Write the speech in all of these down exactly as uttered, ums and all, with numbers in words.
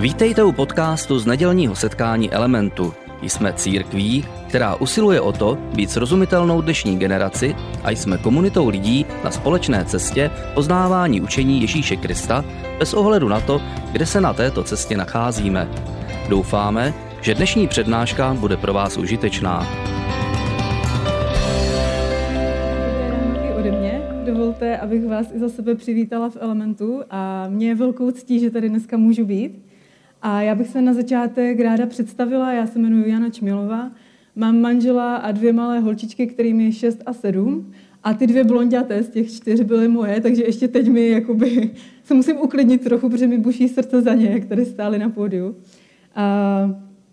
Vítejte u podcastu z nedělního setkání Elementu. Jsme církví, která usiluje o to být srozumitelnou dnešní generaci a jsme komunitou lidí na společné cestě poznávání učení Ježíše Krista bez ohledu na to, kde se na této cestě nacházíme. Doufáme, že dnešní přednáška bude pro vás užitečná. Ode mě. Dovolte, abych vás i za sebe přivítala v Elementu a mě je velkou ctí, že tady dneska můžu být. A já bych se na začátek ráda představila, já se jmenuji Jana Čmilová, mám manžela a dvě malé holčičky, kterým je šest a sedm, a ty dvě blonďaté z těch čtyř byly moje, takže ještě teď mi jakoby, se musím uklidnit trochu, protože mi buší srdce za ně, jak tady stály na pódiu. A,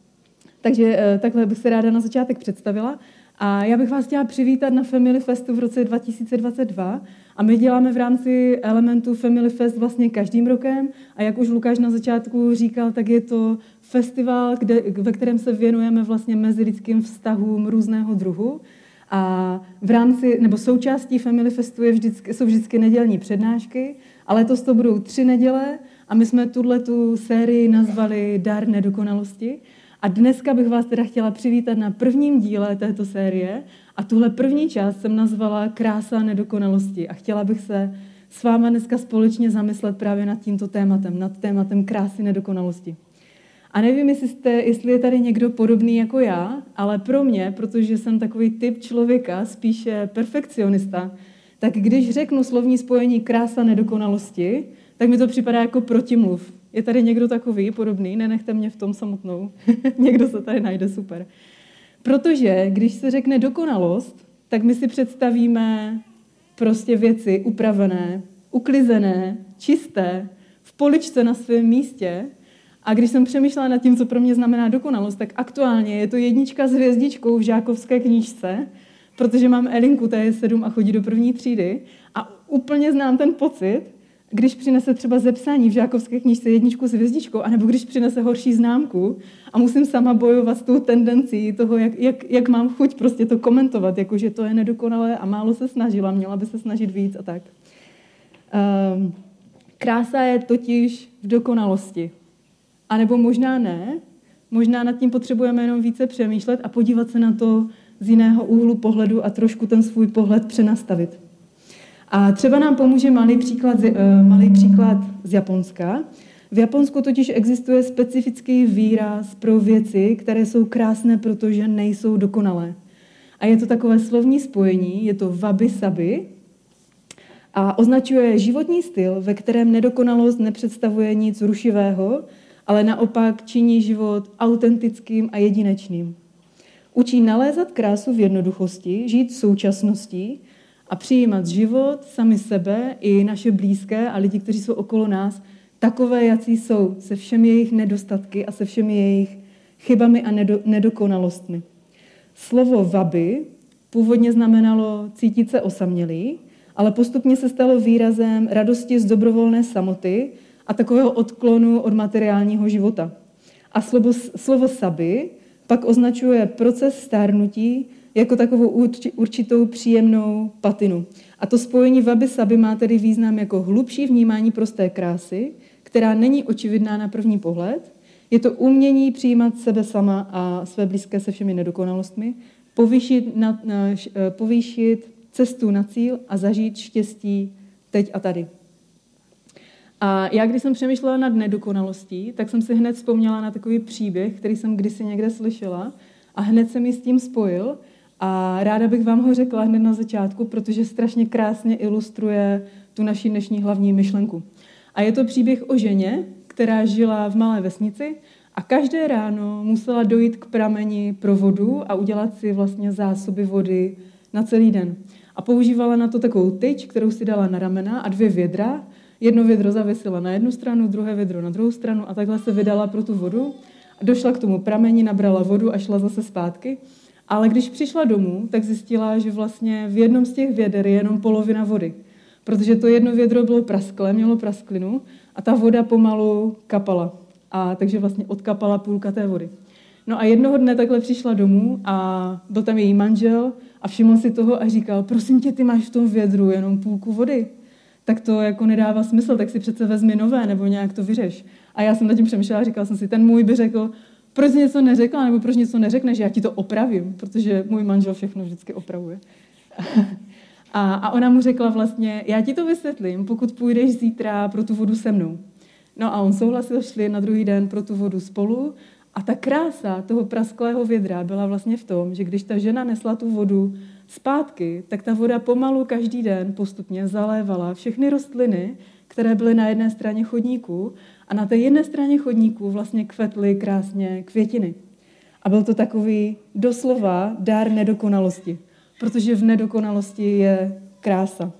takže takhle bych se ráda na začátek představila. A já bych vás chtěla přivítat na Family Festu v roce dva tisíce dvacet dva a my děláme v rámci Elementu Family Fest vlastně každým rokem a jak už Lukáš na začátku říkal, tak je to festival, kde, ve kterém se věnujeme vlastně mezilidským vztahům různého druhu a v rámci, nebo součástí Family Festu je vždycky, jsou vždycky nedělní přednášky a letos to budou tři neděle a my jsme tuhletu sérii nazvali Dar nedokonalosti. A dneska bych vás teda chtěla přivítat na prvním díle této série a tuhle první část jsem nazvala Krása nedokonalosti a chtěla bych se s váma dneska společně zamyslet právě nad tímto tématem, nad tématem krásy nedokonalosti. A nevím, jestli, jste, jestli je tady někdo podobný jako já, ale pro mě, protože jsem takový typ člověka, spíše perfekcionista, tak když řeknu slovní spojení krása nedokonalosti, tak mi to připadá jako protimluv. Je tady někdo takový, podobný? Nenechte mě v tom samotnou. Někdo se tady najde, super. Protože když se řekne dokonalost, tak my si představíme prostě věci upravené, uklizené, čisté, v poličce na svém místě. A když jsem přemýšlela nad tím, co pro mě znamená dokonalost, tak aktuálně je to jednička s hvězdičkou v žákovské knížce, protože mám Elinku, ta je sedm a chodí do první třídy. A úplně znám ten pocit, když přinese třeba zepsání v žákovské knížce jedničku s hvězdičkou, anebo když přinese horší známku a musím sama bojovat s tou tendencí toho, jak, jak, jak mám chuť prostě to komentovat, jakože to je nedokonalé a málo se snažila, měla by se snažit víc a tak. Um, krása je totiž v dokonalosti. A nebo možná ne, možná nad tím potřebujeme jenom více přemýšlet a podívat se na to z jiného úhlu pohledu a trošku ten svůj pohled přenastavit. A třeba nám pomůže malý příklad, z, malý příklad z Japonska. V Japonsku totiž existuje specifický výraz pro věci, které jsou krásné, protože nejsou dokonalé. A je to takové slovní spojení, je to wabi-sabi a označuje životní styl, ve kterém nedokonalost nepředstavuje nic rušivého, ale naopak činí život autentickým a jedinečným. Učí nalézat krásu v jednoduchosti, žít v současnosti, a přijímat život, sami sebe i naše blízké a lidi, kteří jsou okolo nás, takové, jací jsou, se všemi jejich nedostatky a se všemi jejich chybami a nedo, nedokonalostmi. Slovo wabi původně znamenalo cítit se osamělý, ale postupně se stalo výrazem radosti z dobrovolné samoty a takového odklonu od materiálního života. A slovo, slovo sabi pak označuje proces stárnutí, jako takovou určitou příjemnou patinu. A to spojení wabi-sabi má tedy význam jako hlubší vnímání prosté krásy, která není očividná na první pohled. Je to umění přijímat sebe sama a své blízké se všemi nedokonalostmi, povýšit, na, na, povýšit cestu na cíl a zažít štěstí teď a tady. A já, když jsem přemýšlela nad nedokonalostí, tak jsem si hned vzpomněla na takový příběh, který jsem kdysi někde slyšela a hned se mi s tím spojil. A ráda bych vám ho řekla hned na začátku, protože strašně krásně ilustruje tu naši dnešní hlavní myšlenku. A je to příběh o ženě, která žila v malé vesnici a každé ráno musela dojít k prameni pro vodu a udělat si vlastně zásoby vody na celý den. A používala na to takovou tyč, kterou si dala na ramena a dvě vědra. Jedno vědro zavěsila na jednu stranu, druhé vědro na druhou stranu a takhle se vydala pro tu vodu. A došla k tomu prameni, nabrala vodu a šla zase zpátky. Ale když přišla domů, tak zjistila, že vlastně v jednom z těch věder je jenom polovina vody. Protože to jedno vědro bylo prasklé, mělo prasklinu a ta voda pomalu kapala. A takže vlastně odkapala půlka té vody. No a jednoho dne takhle přišla domů a byl tam její manžel a všiml si toho a říkal, prosím tě, ty máš v tom vědru jenom půlku vody. tak to jako nedává smysl, tak si přece vezmi nové nebo nějak to vyřeš. A já jsem nad tím přemýšlela a říkala jsem si, ten můj by řekl, proč něco neřekla, nebo proč něco neřekneš, já ti to opravím, protože můj manžel všechno vždycky opravuje. A, a ona mu řekla vlastně, já ti to vysvětlím, pokud půjdeš zítra pro tu vodu se mnou. No a on souhlasil, šli na druhý den pro tu vodu spolu a ta krása toho prasklého vědra byla vlastně v tom, že když ta žena nesla tu vodu zpátky, tak ta voda pomalu každý den postupně zalévala všechny rostliny, které byly na jedné straně chodníku a na té jedné straně chodníku vlastně kvetly krásně květiny. A byl to takový doslova dár nedokonalosti, protože v nedokonalosti je krása.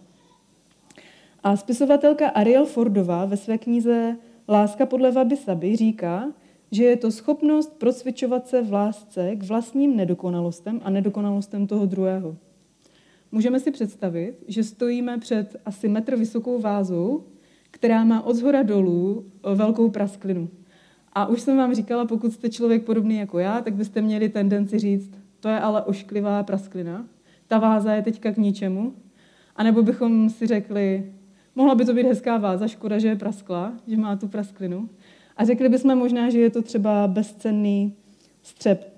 A spisovatelka Ariel Fordová ve své knize Láska podle Wabi-sabi říká, že je to schopnost procvičovat se v lásce k vlastním nedokonalostem a nedokonalostem toho druhého. Můžeme si představit, že stojíme před asi metr vysokou vázou, která má od zhora dolů velkou prasklinu. A už jsem vám říkala, pokud jste člověk podobný jako já, tak byste měli tendenci říct, to je ale ošklivá prasklina, ta váza je teďka k ničemu. A nebo bychom si řekli, mohla by to být hezká váza, škoda, že je praskla, že má tu prasklinu. A řekli bychom možná, že je to třeba bezcenný střep.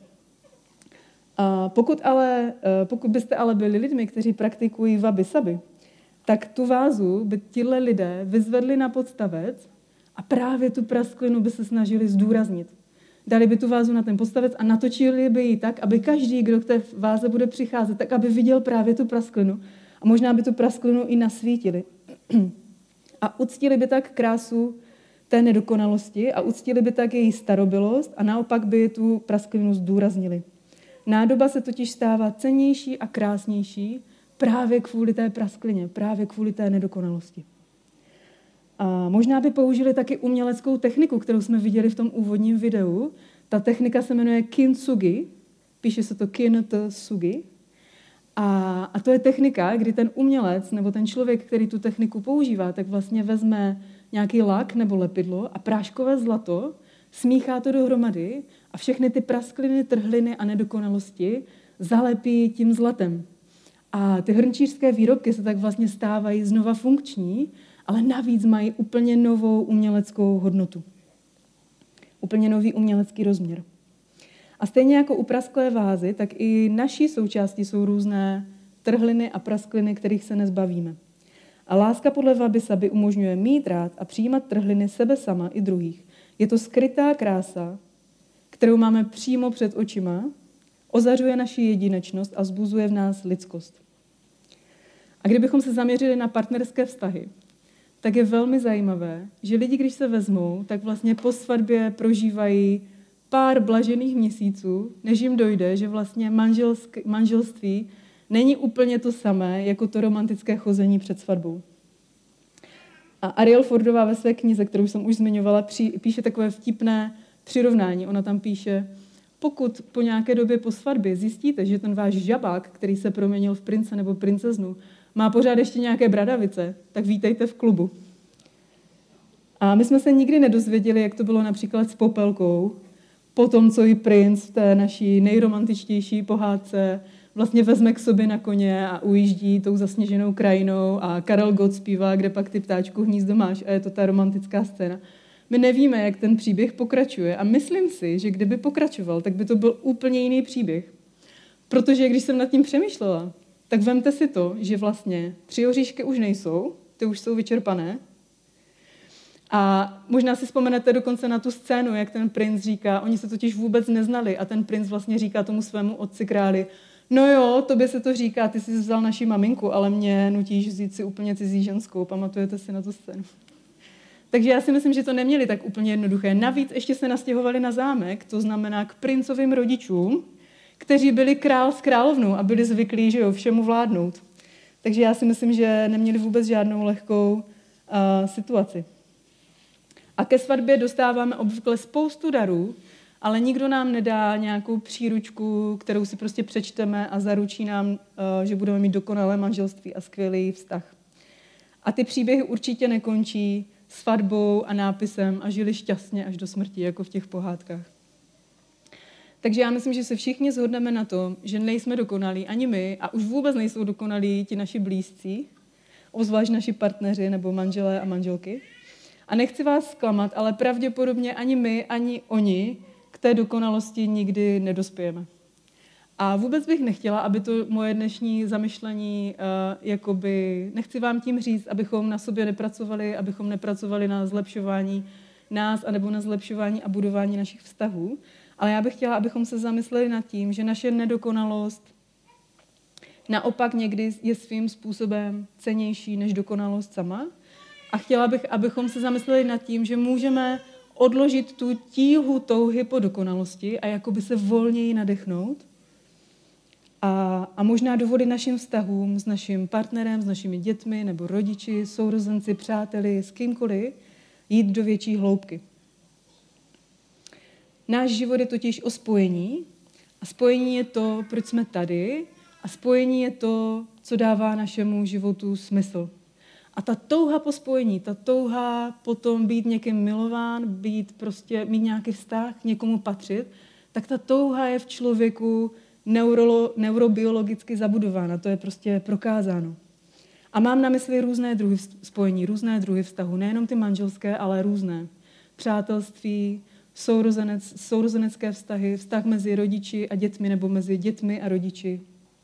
A pokud, ale, pokud byste ale byli lidmi, kteří praktikují wabi-sabi, tak tu vázu by tihle lidé vyzvedli na podstavec a právě tu prasklinu by se snažili zdůraznit. Dali by tu vázu na ten podstavec a natočili by ji tak, aby každý, kdo k té váze bude přicházet, tak aby viděl právě tu prasklinu a možná by tu prasklinu i nasvítili. A uctili by tak krásu té nedokonalosti a uctili by tak její starobylost a naopak by tu prasklinu zdůraznili. Nádoba se totiž stává cennější a krásnější právě kvůli té prasklině, právě kvůli té nedokonalosti. A možná by použili taky uměleckou techniku, kterou jsme viděli v tom úvodním videu. Ta technika se jmenuje kintsugi, píše se to kintsugi. A, a to je technika, kdy ten umělec nebo ten člověk, který tu techniku používá, tak vlastně vezme nějaký lak nebo lepidlo a práškové zlato, smíchá to dohromady a všechny ty praskliny, trhliny a nedokonalosti zalepí tím zlatem. A ty hrnčířské výrobky se tak vlastně stávají znova funkční, ale navíc mají úplně novou uměleckou hodnotu. Úplně nový umělecký rozměr. A stejně jako u prasklé vázy, tak i naší součástí jsou různé trhliny a praskliny, kterých se nezbavíme. A láska podle Wabi-sabi umožňuje mít rád a přijímat trhliny sebe sama i druhých. Je to skrytá krása, kterou máme přímo před očima, ozařuje naši jedinečnost a vzbuzuje v nás lidskost. A kdybychom se zaměřili na partnerské vztahy, tak je velmi zajímavé, že lidi, když se vezmou, tak vlastně po svatbě prožívají pár blažených měsíců, než jim dojde, že vlastně manželství není úplně to samé, jako to romantické chození před svatbou. A Ariel Fordová ve své knize, kterou jsem už zmiňovala, píše takové vtipné přirovnání. Ona tam píše, pokud po nějaké době po svatbě zjistíte, že ten váš žabák, který se proměnil v prince nebo princeznu, má pořád ještě nějaké bradavice, tak vítejte v klubu. A my jsme se nikdy nedozvěděli, jak to bylo například s Popelkou, po tom, co ji princ v té naší nejromantičtější pohádce vlastně vezme k sobě na koně a ujíždí tou zasněženou krajinou a Karel Gott zpívá, kde pak ty ptáčku hnízdo máš a je to ta romantická scéna. My nevíme, jak ten příběh pokračuje a myslím si, že kdyby pokračoval, tak by to byl úplně jiný příběh. Protože když jsem nad tím přemýšlela, tak vemte si to, že vlastně tři oříšky už nejsou, ty už jsou vyčerpané. A možná si vzpomenete dokonce na tu scénu, jak ten princ říká, oni se totiž vůbec neznali a ten princ vlastně říká tomu svému otci králi, no jo, tobě se to říká, ty jsi vzal naši maminku, ale mě nutíš vzít si úplně cizí ženskou, pamatujete si na tu scénu. Takže já si myslím, že to neměli tak úplně jednoduché. Navíc ještě se nastěhovali na zámek, to znamená k princovým rodičům, kteří byli král s královnou a byli zvyklí, že jo, všemu vládnout. Takže já si myslím, že neměli vůbec žádnou lehkou uh, situaci. A ke svatbě dostáváme obvykle spoustu darů, ale nikdo nám nedá nějakou příručku, kterou si prostě přečteme a zaručí nám, uh, že budeme mít dokonalé manželství a skvělý vztah. A ty příběhy určitě nekončí svatbou a nápisem a žili šťastně až do smrti, jako v těch pohádkách. Takže já myslím, že se všichni shodneme na tom, že nejsme dokonalí ani my a už vůbec nejsou dokonalí ti naši blízcí, obzvlášť naši partneři nebo manželé a manželky. A nechci vás zklamat, ale pravděpodobně ani my, ani oni k té dokonalosti nikdy nedospějeme. A vůbec bych nechtěla, aby to moje dnešní zamyšlení, uh, jakoby, nechci vám tím říct, abychom na sobě nepracovali, abychom nepracovali na zlepšování nás, anebo na zlepšování a budování našich vztahů, ale já bych chtěla, abychom se zamysleli nad tím, že naše nedokonalost naopak někdy je svým způsobem cennější než dokonalost sama. A chtěla bych, abychom se zamysleli nad tím, že můžeme odložit tu tíhu touhy po dokonalosti a jakoby se volněji nadechnout a, a možná dovolit našim vztahům s naším partnerem, s našimi dětmi nebo rodiči, sourozenci, přáteli, s kýmkoliv, jít do větší hloubky. Náš život je totiž o spojení a spojení je to, proč jsme tady a spojení je to, co dává našemu životu smysl. A ta touha po spojení, ta touha potom být někým milován, být prostě, mít nějaký vztah, někomu patřit, tak ta touha je v člověku neurolo, neurobiologicky zabudována, to je prostě prokázáno. A mám na mysli různé druhy spojení, různé druhy vztahu, nejenom ty manželské, ale různé. Přátelství, sourozenec, sourozenecké vztahy, vztah mezi rodiči a dětmi nebo mezi dětmi a rodiči.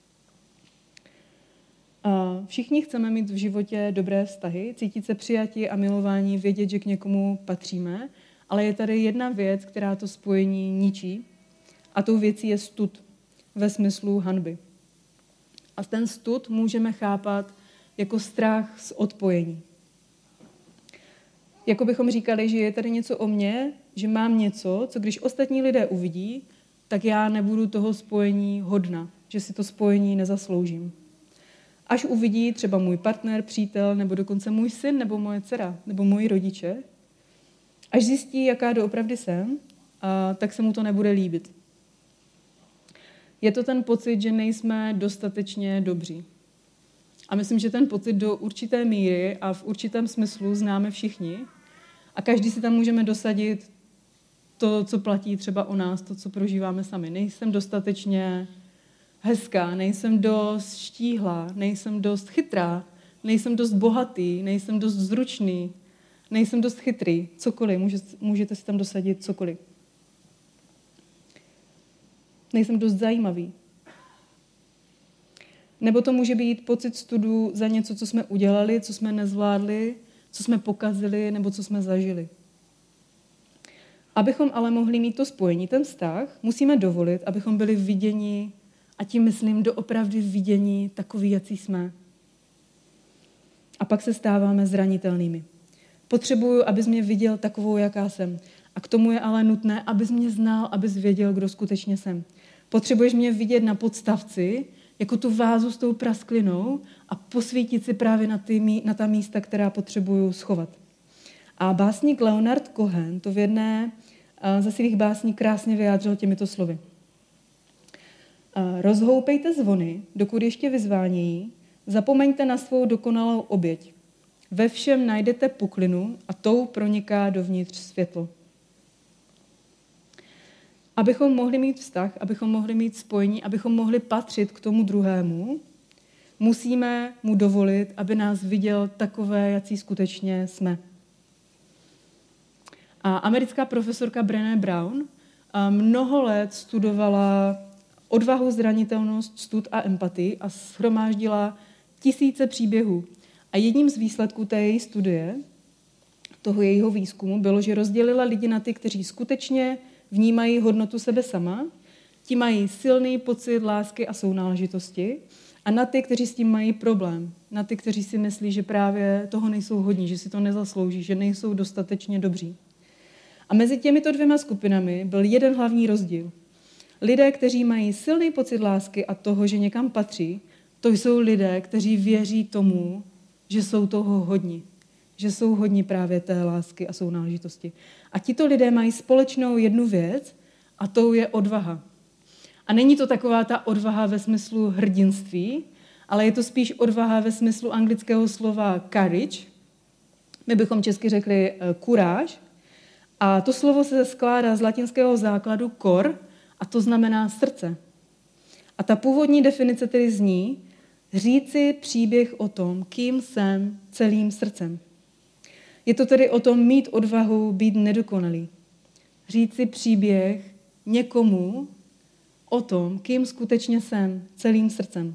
A všichni chceme mít v životě dobré vztahy, cítit se přijati a milování, vědět, že k někomu patříme, ale je tady jedna věc, která to spojení ničí a tou věcí je stud ve smyslu hanby. A ten stud můžeme chápat jako strach z odpojení. Jako bychom říkali, že je tady něco o mně, že mám něco, co když ostatní lidé uvidí, tak já nebudu toho spojení hodna, že si to spojení nezasloužím. Až uvidí třeba můj partner, přítel, nebo dokonce můj syn, nebo moje dcera, nebo moji rodiče, až zjistí, jaká doopravdy jsem, a tak se mu to nebude líbit. Je to ten pocit, že nejsme dostatečně dobří. A myslím, že ten pocit do určité míry a v určitém smyslu známe všichni. A každý si tam můžeme dosadit to, co platí třeba o nás, to, co prožíváme sami. Nejsem dostatečně hezká, nejsem dost štíhlá, nejsem dost chytrá, nejsem dost bohatý, nejsem dost zručný, nejsem dost chytrý, cokoliv, můžete si tam dosadit cokoliv. Nejsem dost zajímavý. Nebo to může být pocit studu za něco, co jsme udělali, co jsme nezvládli, co jsme pokazili nebo co jsme zažili. Abychom ale mohli mít to spojení, ten vztah, musíme dovolit, abychom byli viděni, a tím myslím doopravdy viděni takový, jací jsme. A pak se stáváme zranitelnými. Potřebuju, abys mě viděl takovou, jaká jsem. A k tomu je ale nutné, abys mě znal, abys věděl, kdo skutečně jsem. Potřebuješ mě vidět na podstavci, jako tu vázu s tou prasklinou a posvítit si právě na, ty, na ta místa, která potřebuju schovat. A básník Leonard Cohen to v jedné ze svých básní krásně vyjádřil těmito slovy. Rozhoupejte zvony, dokud ještě vyzvánějí, zapomeňte na svou dokonalou oběť. Ve všem najdete puklinu a tou proniká dovnitř světlo. Abychom mohli mít vztah, abychom mohli mít spojení, abychom mohli patřit k tomu druhému, musíme mu dovolit, aby nás viděl takové, jací skutečně jsme. A americká profesorka Brené Brown mnoho let studovala odvahu, zranitelnost, stud a empatii a shromáždila tisíce příběhů. A jedním z výsledků té její studie, toho jejího výzkumu, bylo, že rozdělila lidi na ty, kteří skutečně vnímají hodnotu sebe sama, ti mají silný pocit lásky a sounáležitosti, a na ty, kteří s tím mají problém, na ty, kteří si myslí, že právě toho nejsou hodní, že si to nezaslouží, že nejsou dostatečně dobří. A mezi těmito dvěma skupinami byl jeden hlavní rozdíl. Lidé, kteří mají silný pocit lásky a toho, že někam patří, to jsou lidé, kteří věří tomu, že jsou toho hodní, že jsou hodní právě té lásky a sounáležitosti. A tito lidé mají společnou jednu věc a tou je odvaha. A není to taková ta odvaha ve smyslu hrdinství, ale je to spíš odvaha ve smyslu anglického slova courage. My bychom česky řekli kuráž. A to slovo se skládá z latinského základu cor, a to znamená srdce. A ta původní definice tedy zní, Říci příběh o tom, kým jsem celým srdcem. Je to tedy o tom mít odvahu být nedokonalý. Říci příběh někomu o tom, kým skutečně jsem celým srdcem.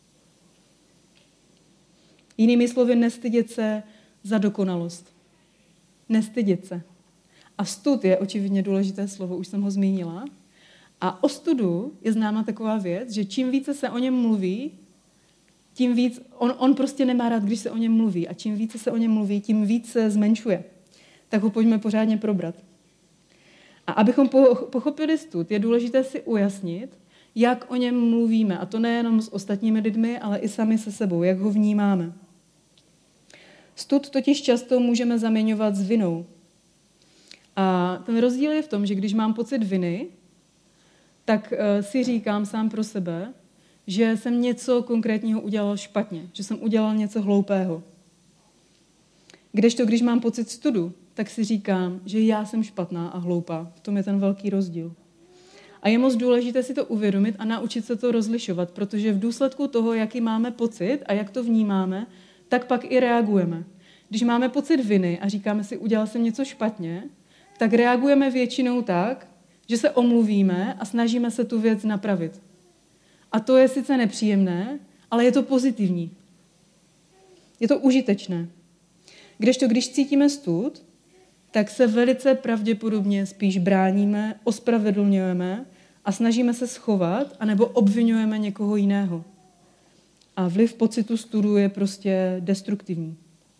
Jinými slovy, nestydět se za dokonalost. Nestydět se. A stud je očividně důležité slovo, už jsem ho zmínila. A o studu je známa taková věc, že čím více se o něm mluví, tím víc, on, on prostě nemá rád, když se o něm mluví. A čím více se o něm mluví, tím víc se zmenšuje. Tak ho pojďme pořádně probrat. A abychom pochopili stud, je důležité si ujasnit, jak o něm mluvíme. A to nejenom s ostatními lidmi, ale i sami se sebou, jak ho vnímáme. Stud totiž často můžeme zaměňovat s vinou. A ten rozdíl je v tom, že když mám pocit viny, tak si říkám sám pro sebe, že jsem něco konkrétního udělal špatně, že jsem udělal něco hloupého. Kdežto, když mám pocit studu, tak si říkám, že já jsem špatná a hloupá. V tom je ten velký rozdíl. A je moc důležité si to uvědomit a naučit se to rozlišovat, protože v důsledku toho, jaký máme pocit a jak to vnímáme, tak pak i reagujeme. Když máme pocit viny a říkáme si, udělal jsem něco špatně, tak reagujeme většinou tak, že se omluvíme a snažíme se tu věc napravit. A to je sice nepříjemné, ale je to pozitivní. Je to užitečné. Kdežto, když cítíme stud, tak se velice pravděpodobně spíš bráníme, ospravedlňujeme a snažíme se schovat, anebo obvinujeme někoho jiného. A vliv pocitu studu je prostě destruktivní.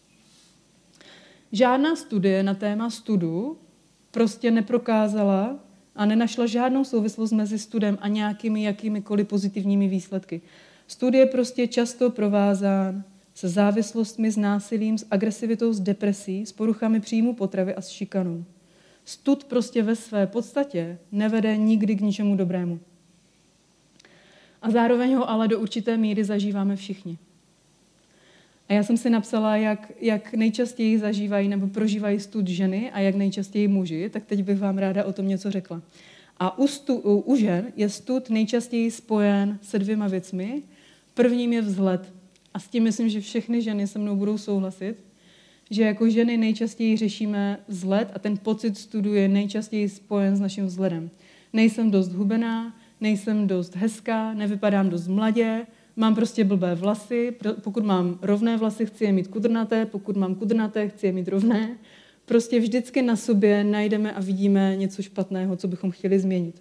Žádná studie na téma studu prostě neprokázala a nenašla žádnou souvislost mezi studem a nějakými jakýmikoliv pozitivními výsledky. Stud je prostě často provázán se závislostmi, s násilím, s agresivitou, s depresí, s poruchami příjmu potravy a s šikanou. Stud prostě ve své podstatě nevede nikdy k ničemu dobrému. A zároveň ho ale do určité míry zažíváme všichni. A já jsem si napsala, jak, jak nejčastěji zažívají nebo prožívají stud ženy a jak nejčastěji muži, tak teď bych vám ráda o tom něco řekla. A u, stu, u, u žen je stud nejčastěji spojen se dvěma věcmi. Prvním je vzhled. A s tím myslím, že všechny ženy se mnou budou souhlasit, že jako ženy nejčastěji řešíme vzhled a ten pocit studu je nejčastěji spojen s naším vzhledem. Nejsem dost hubená, nejsem dost hezká, nevypadám dost mladě, mám prostě blbé vlasy, pokud mám rovné vlasy, chci je mít kudrnaté, pokud mám kudrnaté, chci je mít rovné. Prostě vždycky na sobě najdeme a vidíme něco špatného, co bychom chtěli změnit.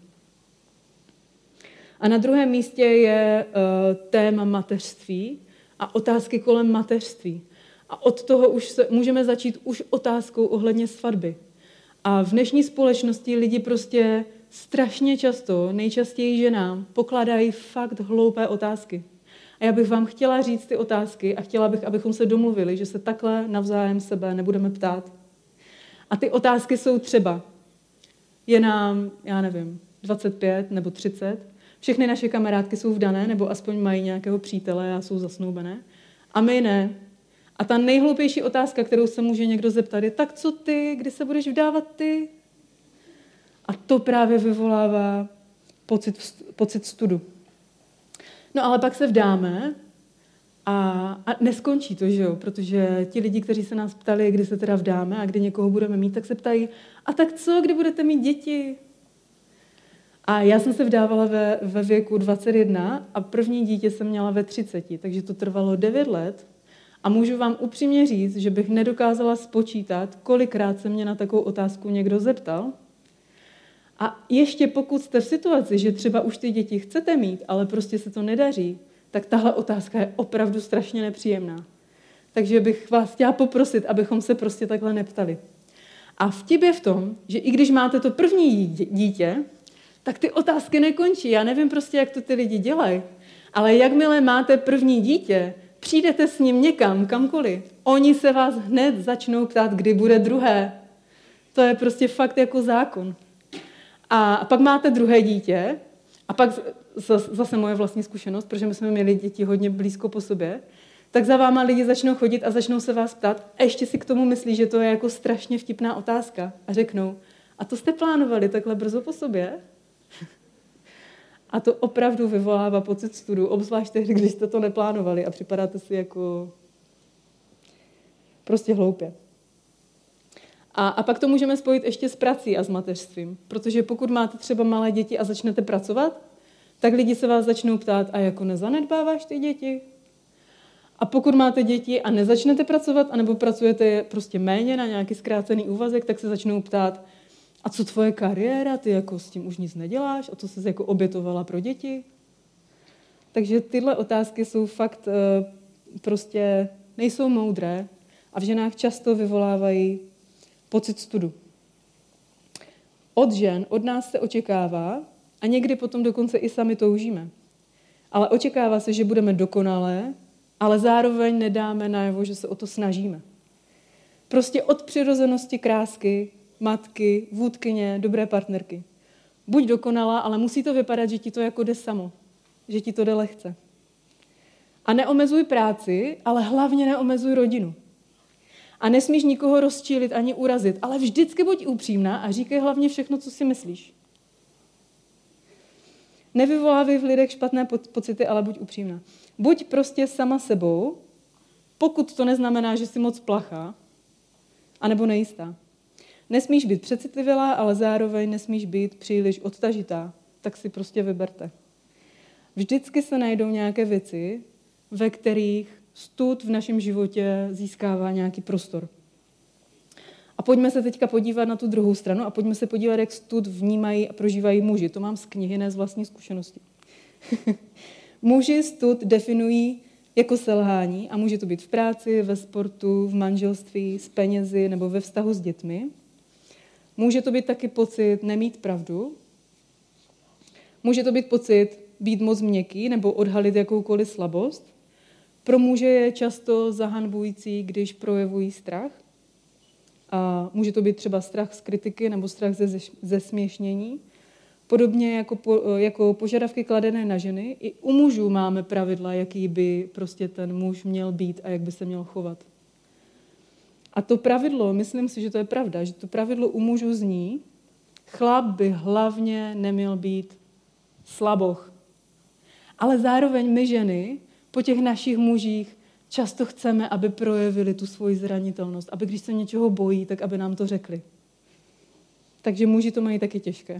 A na druhém místě je uh, téma mateřství a otázky kolem mateřství. A od toho už se, můžeme začít už otázkou ohledně svatby. A v dnešní společnosti lidi prostě strašně často, nejčastěji ženám, pokládají fakt hloupé otázky. A já bych vám chtěla říct ty otázky a chtěla bych, abychom se domluvili, že se takhle navzájem sebe nebudeme ptát. A ty otázky jsou třeba, je nám, já nevím, dvacet pět nebo třicet, všechny naše kamarádky jsou vdané nebo aspoň mají nějakého přítele a jsou zasnoubené. A my ne. A ta nejhloupější otázka, kterou se může někdo zeptat, je tak co ty, kdy se budeš vdávat ty? A to právě vyvolává pocit, pocit studu. No ale pak se vdáme a, a neskončí to, že jo? Protože ti lidi, kteří se nás ptali, kdy se teda vdáme a kdy někoho budeme mít, tak se ptají, a tak co, kdy budete mít děti? A já jsem se vdávala ve, ve věku dvacet jedna a první dítě jsem měla ve třiceti, takže to trvalo devět let. A můžu vám upřímně říct, že bych nedokázala spočítat, kolikrát se mě na takovou otázku někdo zeptal. A ještě pokud jste v situaci, že třeba už ty děti chcete mít, ale prostě se to nedaří, tak tahle otázka je opravdu strašně nepříjemná. Takže bych vás chtěla poprosit, abychom se prostě takhle neptali. A vtip je v tom, že i když máte to první dítě, tak ty otázky nekončí. Já nevím prostě, jak to ty lidi dělají, ale jakmile máte první dítě, přijdete s ním někam, kamkoliv, oni se vás hned začnou ptát, kdy bude druhé. To je prostě fakt jako zákon. A pak máte druhé dítě, a pak zase moje vlastní zkušenost, protože my jsme měli děti hodně blízko po sobě, tak za váma lidi začnou chodit a začnou se vás ptát a ještě si k tomu myslí, že to je jako strašně vtipná otázka. A řeknou, a to jste plánovali takhle brzo po sobě? A to opravdu vyvolává pocit studu, obzvlášť tehdy, když jste to neplánovali a připadáte si jako prostě hloupě. A, a pak to můžeme spojit ještě s prací a s mateřstvím. Protože pokud máte třeba malé děti a začnete pracovat, tak lidi se vás začnou ptát, a jako nezanedbáváš ty děti? A pokud máte děti a nezačnete pracovat, anebo pracujete prostě méně na nějaký zkrácený úvazek, tak se začnou ptát, a co tvoje kariéra, ty jako s tím už nic neděláš, a co jsi jako obětovala pro děti? Takže tyhle otázky jsou fakt prostě, nejsou moudré a v ženách často vyvolávají pocit studu. Od žen, od nás se očekává, a někdy potom dokonce i sami toužíme, ale očekává se, že budeme dokonalé, ale zároveň nedáme najevo, že se o to snažíme. Prostě od přirozenosti krásky, matky, vůdkyně, dobré partnerky. Buď dokonalá, ale musí to vypadat, že ti to jako jde samo, že ti to jde lehce. A neomezuj práci, ale hlavně neomezuj rodinu. A nesmíš nikoho rozčílit ani urazit, ale vždycky buď upřímná a říkej hlavně všechno, co si myslíš. Nevyvolávej v lidech špatné pocity, ale buď upřímná. Buď prostě sama sebou, pokud to neznamená, že jsi moc plachá, anebo nejistá. Nesmíš být přecitlivělá, ale zároveň nesmíš být příliš odtažitá. Tak si prostě vyberte. Vždycky se najdou nějaké věci, ve kterých stud v našem životě získává nějaký prostor. A pojďme se teďka podívat na tu druhou stranu a pojďme se podívat, jak stud vnímají a prožívají muži. To mám z knihy, ne z vlastní zkušenosti. Muži stud definují jako selhání a může to být v práci, ve sportu, v manželství, s penězi nebo ve vztahu s dětmi. Může to být taky pocit nemít pravdu. Může to být pocit být moc měkký nebo odhalit jakoukoliv slabost. Pro muže je často zahanbující, když projevují strach. A může to být třeba strach z kritiky nebo strach ze, ze směšnění. Podobně jako, po, jako požadavky kladené na ženy, i u mužů máme pravidla, jaký by prostě ten muž měl být a jak by se měl chovat. A to pravidlo, myslím si, že to je pravda, že to pravidlo u mužů zní, chlap by hlavně neměl být slaboch. Ale zároveň my ženy po těch našich mužích často chceme, aby projevili tu svoji zranitelnost, aby když se něčeho bojí, tak aby nám to řekli. Takže muži to mají taky těžké.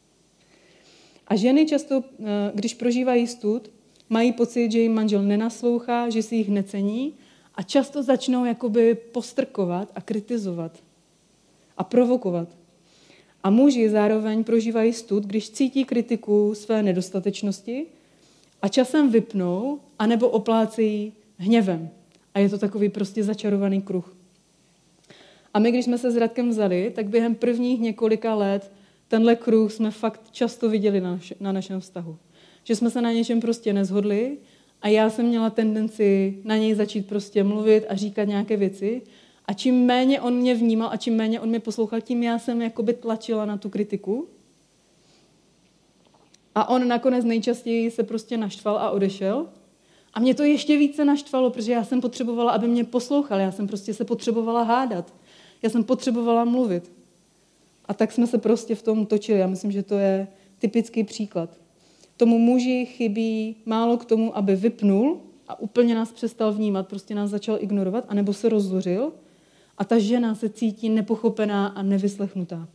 A ženy často, když prožívají stud, mají pocit, že jim manžel nenaslouchá, že si jich necení a často začnou jakoby postrkovat a kritizovat a provokovat. A muži zároveň prožívají stud, když cítí kritiku své nedostatečnosti a časem vypnou anebo oplácejí hněvem. A je to takový prostě začarovaný kruh. A my, když jsme se s Radkem vzali, tak během prvních několika let tenhle kruh jsme fakt často viděli na, naš, na našem vztahu. Že jsme se na něčem prostě nezhodli a já jsem měla tendenci na něj začít prostě mluvit a říkat nějaké věci. A čím méně on mě vnímal a čím méně on mě poslouchal, tím já jsem jakoby tlačila na tu kritiku. A on nakonec nejčastěji se prostě naštval a odešel. A mě to ještě více naštvalo, protože já jsem potřebovala, aby mě poslouchal. Já jsem prostě se potřebovala hádat. Já jsem potřebovala mluvit. A tak jsme se prostě v tom točili. Já myslím, že to je typický příklad. Tomu muži chybí málo k tomu, aby vypnul a úplně nás přestal vnímat, prostě nás začal ignorovat, anebo se rozhořil a ta žena se cítí nepochopená a nevyslechnutá.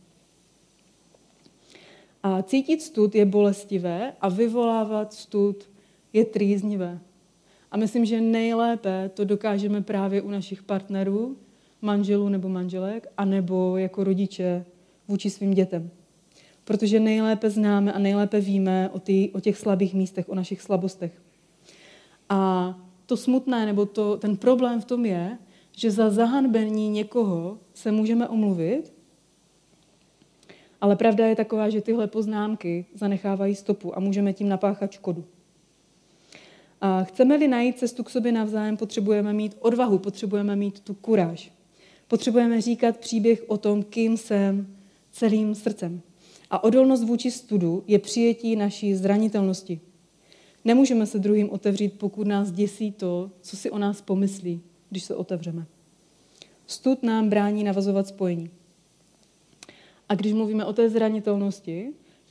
A cítit stud je bolestivé a vyvolávat stud je trýznivé. A myslím, že nejlépe to dokážeme právě u našich partnerů, manželů nebo manželek, anebo jako rodiče vůči svým dětem. Protože nejlépe známe a nejlépe víme o, tý, o těch slabých místech, o našich slabostech. A to smutné, nebo to, ten problém v tom je, že za zahanbení někoho se můžeme omluvit, ale pravda je taková, že tyhle poznámky zanechávají stopu a můžeme tím napáchat škodu. A chceme-li najít cestu k sobě navzájem, potřebujeme mít odvahu, potřebujeme mít tu kuráž. Potřebujeme říkat příběh o tom, kým jsem celým srdcem. A odolnost vůči studu je přijetí naší zranitelnosti. Nemůžeme se druhým otevřít, pokud nás děsí to, co si o nás pomyslí, když se otevřeme. Stud nám brání navazovat spojení. A když mluvíme o té zranitelnosti,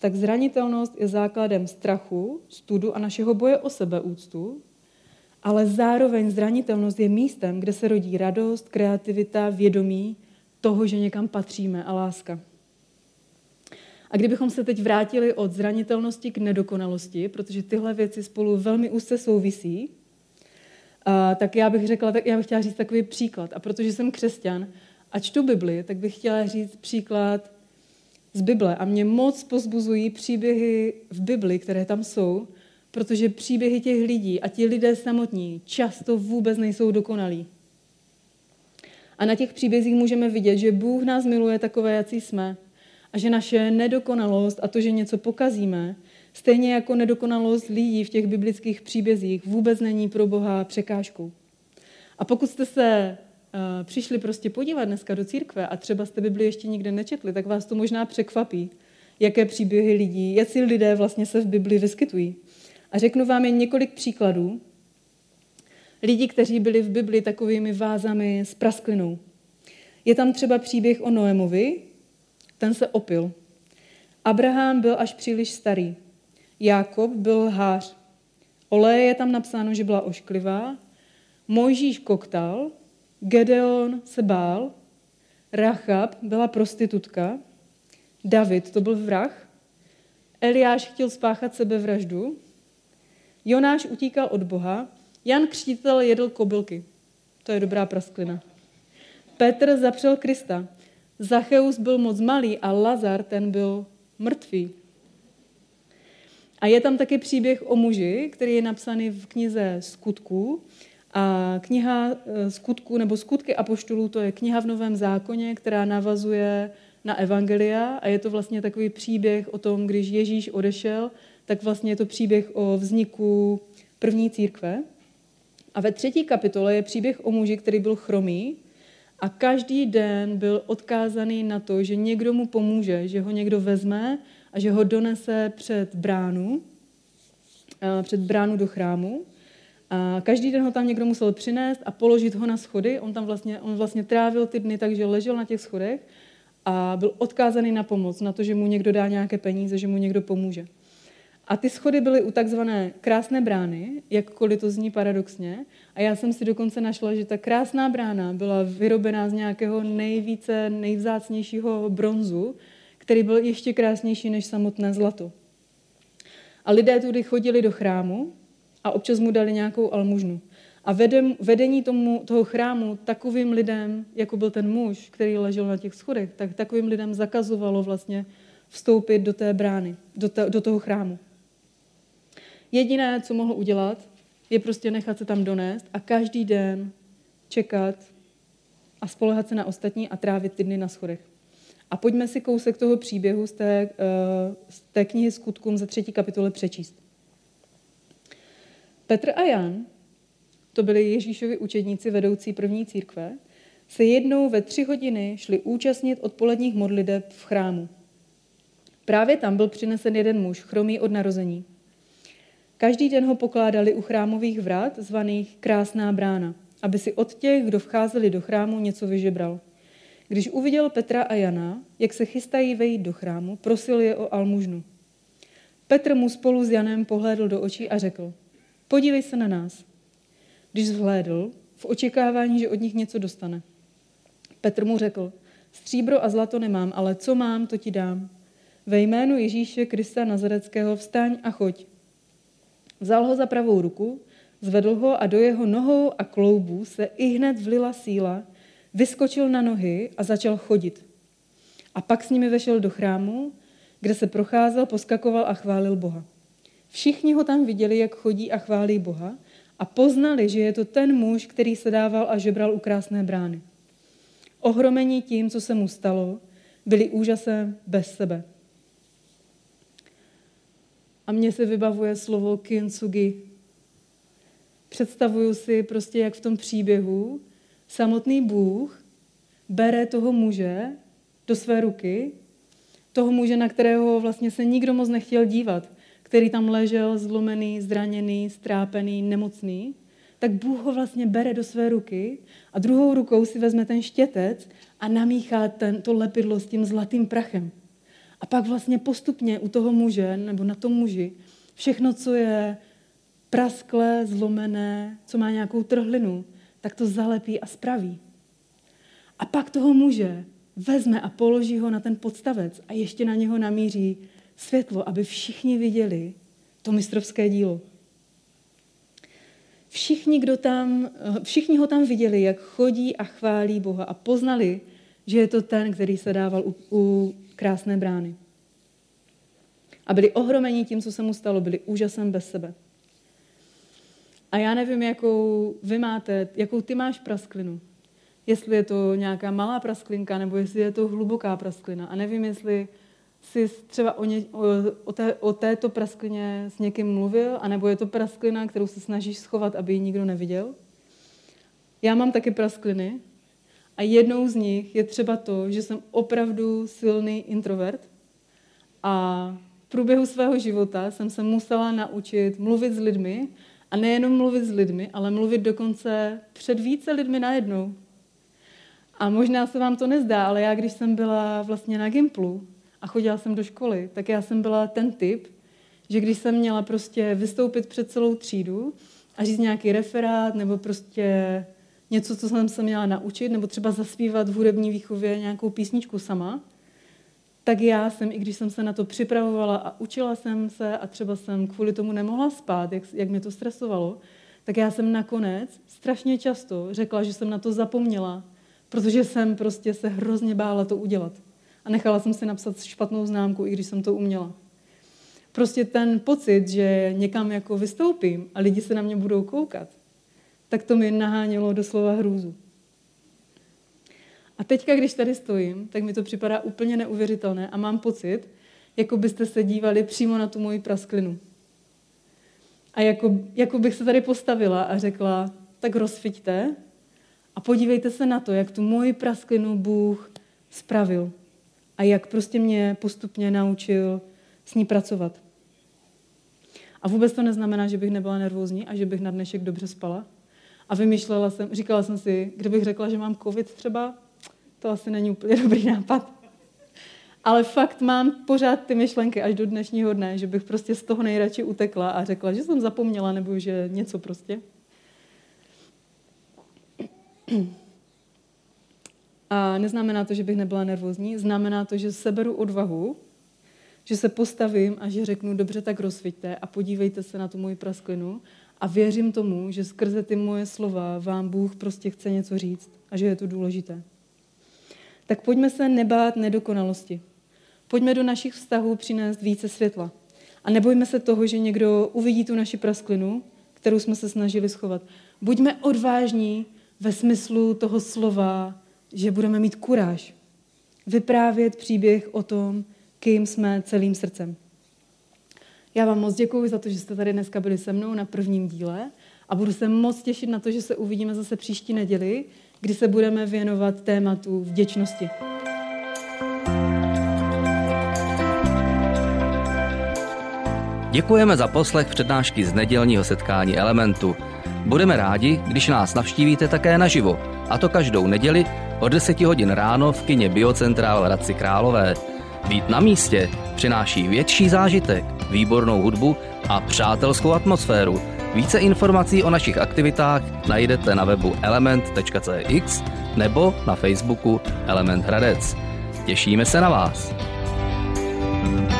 tak zranitelnost je základem strachu, studu a našeho boje o sebeúctu, ale zároveň zranitelnost je místem, kde se rodí radost, kreativita, vědomí toho, že někam patříme a láska. A kdybychom se teď vrátili od zranitelnosti k nedokonalosti, protože tyhle věci spolu velmi úzce souvisí, a, tak já bych řekla, tak já bych chtěla říct takový příklad. A protože jsem křesťan a čtu Bibli, tak bych chtěla říct příklad z Bible. A mě moc povzbuzují příběhy v Bibli, které tam jsou, protože příběhy těch lidí a ti lidé samotní často vůbec nejsou dokonalí. A na těch příbězích můžeme vidět, že Bůh nás miluje takové, jací jsme, a že naše nedokonalost a to, že něco pokazíme, stejně jako nedokonalost lidí v těch biblických příbězích, vůbec není pro Boha překážkou. A pokud jste se uh, přišli prostě podívat dneska do církve a třeba jste Bibli ještě nikde nečetli, tak vás to možná překvapí, jaké příběhy lidí, jací lidé vlastně se v Bibli vyskytují. A řeknu vám jen několik příkladů lidí, kteří byli v Bibli takovými vázami s prasklinou. Je tam třeba příběh o Noémovi, ten se opil. Abraham byl až příliš starý. Jákob byl lhář. O Léje je tam napsáno, že byla ošklivá. Mojžíš koktal. Gedeon se bál. Rachab byla prostitutka. David to byl vrah. Eliáš chtěl spáchat sebevraždu. Jonáš utíkal od Boha. Jan Křtitel jedl kobylky. To je dobrá prasklina. Petr zapřel Krista. Zacheus byl moc malý a Lazar ten byl mrtvý. A je tam taky příběh o muži, který je napsaný v knize Skutků. A kniha Skutků nebo Skutky apoštolů, to je kniha v Novém zákoně, která navazuje na evangelia a je to vlastně takový příběh o tom, když Ježíš odešel, tak vlastně je to příběh o vzniku první církve. A ve třetí kapitole je příběh o muži, který byl chromý a každý den byl odkázaný na to, že někdo mu pomůže, že ho někdo vezme a že ho donese před bránu, před bránu do chrámu. A každý den ho tam někdo musel přinést a položit ho na schody. On tam vlastně, on vlastně trávil ty dny tak, že ležel na těch schodech a byl odkázaný na pomoc, na to, že mu někdo dá nějaké peníze, že mu někdo pomůže. A ty schody byly u takzvané krásné brány, jakkoliv to zní paradoxně. A já jsem si dokonce našla, že ta krásná brána byla vyrobená z nějakého nejvíce, nejvzácnějšího bronzu, který byl ještě krásnější než samotné zlato. A lidé tudy chodili do chrámu a občas mu dali nějakou almužnu. A vedení tomu, toho chrámu takovým lidem, jako byl ten muž, který ležel na těch schodech, tak takovým lidem zakazovalo vlastně vstoupit do té brány, do, te, do toho chrámu. Jediné, co mohl udělat, je prostě nechat se tam donést a každý den čekat a spoléhat se na ostatní a trávit ty dny na schodech. A pojďme si kousek toho příběhu z té, z té knihy Skutkům ze třetí kapitole přečíst. Petr a Jan, to byli Ježíšovi učedníci vedoucí první církve, se jednou ve tři hodiny šli účastnit odpoledních modliteb v chrámu. Právě tam byl přinesen jeden muž, chromý od narození. Každý den ho pokládali u chrámových vrat, zvaných Krásná brána, aby si od těch, kdo vcházeli do chrámu, něco vyžebral. Když uviděl Petra a Jana, jak se chystají vejít do chrámu, prosil je o almužnu. Petr mu spolu s Janem pohlédl do očí a řekl: Podívej se na nás. Když vzhlédl, v očekávání, že od nich něco dostane. Petr mu řekl: Stříbro a zlato nemám, ale co mám, to ti dám. Ve jménu Ježíše Krista Nazareckého vstaň a choď. Vzal ho za pravou ruku, zvedl ho a do jeho nohou a kloubů se ihned vlila síla, vyskočil na nohy a začal chodit. A pak s nimi vešel do chrámu, kde se procházel, poskakoval a chválil Boha. Všichni ho tam viděli, jak chodí a chválí Boha a poznali, že je to ten muž, který se dával a žebral u Krásné brány. Ohromení tím, co se mu stalo, byli úžasem bez sebe. A mně se vybavuje slovo kintsugi. Představuju si prostě, jak v tom příběhu samotný Bůh bere toho muže do své ruky, toho muže, na kterého vlastně se nikdo moc nechtěl dívat, který tam ležel zlomený, zraněný, strápený, nemocný, tak Bůh ho vlastně bere do své ruky a druhou rukou si vezme ten štětec a namíchá ten, to lepidlo s tím zlatým prachem. A pak vlastně postupně u toho muže, nebo na tom muži, všechno, co je prasklé, zlomené, co má nějakou trhlinu, tak to zalepí a spraví. A pak toho muže vezme a položí ho na ten podstavec a ještě na něho namíří světlo, aby všichni viděli to mistrovské dílo. Všichni, kdo tam, všichni ho tam viděli, jak chodí a chválí Boha a poznali, že je to ten, který se dával u, u krásné brány. A byli ohromeni tím, co se mu stalo, byli úžasem bez sebe. A já nevím, jakou vy máte, jakou ty máš prasklinu. Jestli je to nějaká malá prasklinka, nebo jestli je to hluboká prasklina. A nevím, jestli jsi třeba o, ně, o, o, té, o této prasklině s někým mluvil, anebo je to prasklina, kterou se snažíš schovat, aby ji nikdo neviděl. Já mám taky praskliny a jednou z nich je třeba to, že jsem opravdu silný introvert a v průběhu svého života jsem se musela naučit mluvit s lidmi a nejenom mluvit s lidmi, ale mluvit dokonce před více lidmi najednou. A možná se vám to nezdá, ale já, když jsem byla vlastně na Gimplu a chodila jsem do školy, tak já jsem byla ten typ, že když jsem měla prostě vystoupit před celou třídu a říct nějaký referát nebo prostě něco, co jsem se měla naučit, nebo třeba zaspívat v hudební výchově nějakou písničku sama, tak já jsem, i když jsem se na to připravovala a učila jsem se a třeba jsem kvůli tomu nemohla spát, jak, jak mě to stresovalo, tak já jsem nakonec strašně často řekla, že jsem na to zapomněla, protože jsem prostě se hrozně bála to udělat. A nechala jsem si napsat špatnou známku, i když jsem to uměla. Prostě ten pocit, že někam jako vystoupím a lidi se na mě budou koukat, tak to mi nahánělo doslova hrůzu. A teďka, když tady stojím, tak mi to připadá úplně neuvěřitelné a mám pocit, jako byste se dívali přímo na tu moji prasklinu. A jako, jako bych se tady postavila a řekla, tak rozfiťte a podívejte se na to, jak tu moji prasklinu Bůh spravil a jak prostě mě postupně naučil s ní pracovat. A vůbec to neznamená, že bych nebyla nervózní a že bych na dnešek dobře spala. A vymýšlela jsem, říkala jsem si, kdybych řekla, že mám covid třeba, to asi není úplně dobrý nápad. Ale fakt mám pořád ty myšlenky až do dnešního dne, že bych prostě z toho nejradši utekla a řekla, že jsem zapomněla nebo že něco prostě. A neznamená to, že bych nebyla nervózní, znamená to, že seberu odvahu, že se postavím a že řeknu, dobře, tak rozsviťte a podívejte se na tu moji prasklinu a věřím tomu, že skrze ty moje slova vám Bůh prostě chce něco říct a že je to důležité. Tak pojďme se nebát nedokonalosti. Pojďme do našich vztahů přinést více světla. A nebojme se toho, že někdo uvidí tu naši prasklinu, kterou jsme se snažili schovat. Buďme odvážní ve smyslu toho slova, že budeme mít kuráž. Vyprávět příběh o tom, kým jsme celým srdcem. Já vám moc děkuji za to, že jste tady dneska byli se mnou na prvním díle a budu se moc těšit na to, že se uvidíme zase příští neděli, kdy se budeme věnovat tématu vděčnosti. Děkujeme za poslech přednášky z nedělního setkání Elementu. Budeme rádi, když nás navštívíte také naživo, a to každou neděli od deseti hodin ráno v kině Biocentrál v Hradci Králové. Být na místě přináší větší zážitek, výbornou hudbu a přátelskou atmosféru. Více informací o našich aktivitách najdete na webu element tečka c x nebo na Facebooku Element Hradec. Těšíme se na vás.